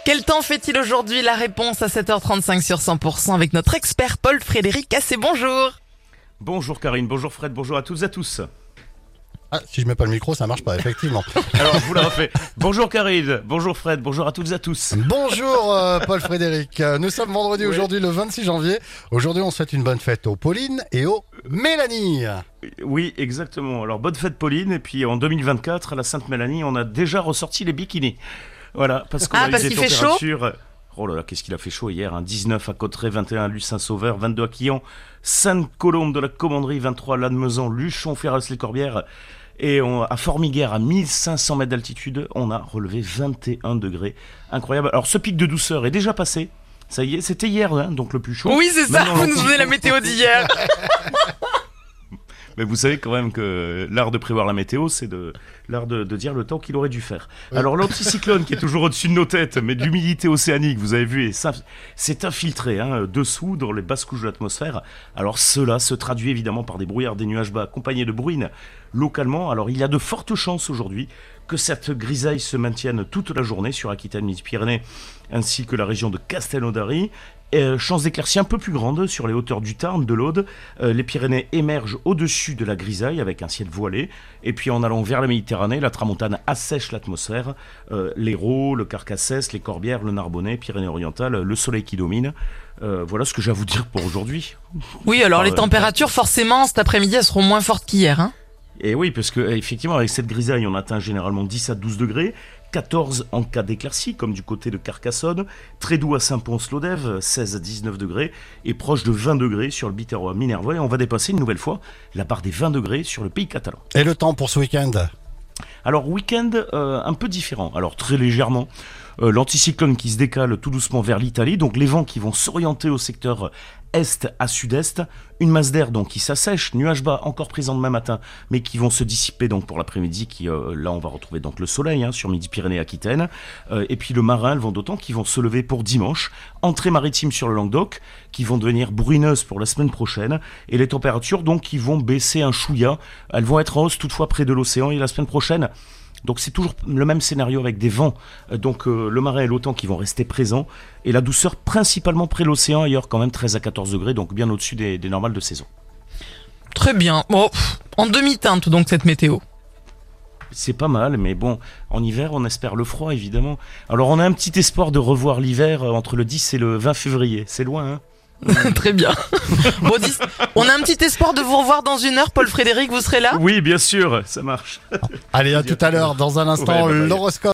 Quel temps fait-il aujourd'hui? La réponse à 7h35 sur 100% avec notre expert Paul-Frédéric Assé. Bonjour. Bonjour Karine, bonjour Fred, bonjour à toutes et à tous. Ah, si je mets pas le micro, ça marche pas, effectivement. Alors, je vous la refais. Bonjour Karine, bonjour Fred, bonjour à toutes et à tous. Bonjour Paul-Frédéric. Nous sommes vendredi aujourd'hui, le 26 janvier. Aujourd'hui, on souhaite une bonne fête aux Pauline et aux Mélanie. Oui, exactement. Alors, bonne fête Pauline, et puis en 2024, à la Sainte-Mélanie, on a déjà ressorti les bikinis. Voilà, parce qu'on a eu parce des qu'il fait températures... Oh là là, qu'est-ce qu'il a fait chaud hier, 19 à Cotteret, 21 à Luce-Saint-Sauveur, 22 à Quillan, Sainte-Colombe de la Commanderie, 23 à Lannemezan, Luchon, Ferras-les-Corbières, et à Formiguères, à 1500 mètres d'altitude, on a relevé 21 degrés. Incroyable. Alors ce pic de douceur est déjà passé, ça y est, c'était hier, donc le plus chaud. Oui, c'est ça, vous nous donnez la météo d'hier. Mais vous savez quand même que l'art de prévoir la météo, c'est l'art de dire le temps qu'il aurait dû faire. Oui. Alors l'anticyclone qui est toujours au-dessus de nos têtes, mais de l'humidité océanique, vous avez vu, c'est infiltré dessous dans les basses couches de l'atmosphère. Alors cela se traduit évidemment par des brouillards, des nuages bas accompagnés de bruines localement. Alors il y a de fortes chances aujourd'hui que cette grisaille se maintienne toute la journée sur Aquitaine, Midi-Pyrénées, ainsi que la région de Castelnaudary. Chance d'éclaircies un peu plus grande sur les hauteurs du Tarn, de l'Aude. Les Pyrénées émergent au-dessus de la grisaille avec un ciel voilé. Et puis en allant vers la Méditerranée, la tramontane assèche l'atmosphère. L'Hérault, le Carcassès, les Corbières, le Narbonnais, Pyrénées-Orientales, le soleil qui domine. Voilà ce que j'ai à vous dire pour aujourd'hui. Oui, alors les températures, forcément, cet après-midi, elles seront moins fortes qu'hier. Hein. Et oui, parce que effectivement, avec cette grisaille, on atteint généralement 10 à 12 degrés. 14 en cas d'éclaircie, comme du côté de Carcassonne, très doux à Saint-Pons-Lodève, 16 à 19 degrés, et proche de 20 degrés sur le Biterrois Minervois, et on va dépasser une nouvelle fois la barre des 20 degrés sur le pays catalan. Et le temps pour ce week-end? Alors, week-end un peu différent, alors très légèrement. L'anticyclone qui se décale tout doucement vers l'Italie, donc les vents qui vont s'orienter au secteur est à sud-est, une masse d'air donc qui s'assèche, nuages bas encore présents demain matin, mais qui vont se dissiper donc pour l'après-midi, là on va retrouver donc le soleil sur Midi-Pyrénées Aquitaine, et puis le marin, le vent d'automne qui vont se lever pour dimanche, entrée maritime sur le Languedoc, qui vont devenir bruineuses pour la semaine prochaine, et les températures donc qui vont baisser un chouïa, elles vont être en hausse toutefois près de l'océan, et la semaine prochaine, donc c'est toujours le même scénario avec des vents, donc le marin et l'autan qui vont rester présents, et la douceur principalement près de l'océan, ailleurs quand même 13 à 14 degrés, donc bien au-dessus des normales de saison. Très bien. Bon, en demi-teinte donc cette météo. C'est pas mal, mais bon, en hiver on espère le froid évidemment. Alors on a un petit espoir de revoir l'hiver entre le 10 et le 20 février, c'est loin hein. Très bien. Bon, on a un petit espoir de vous revoir dans une heure, Paul-Frédéric, vous serez là? Oui, bien sûr, ça marche. Allez, à tout à l'heure, dans un instant, Ouais, bye bye. l'horoscope.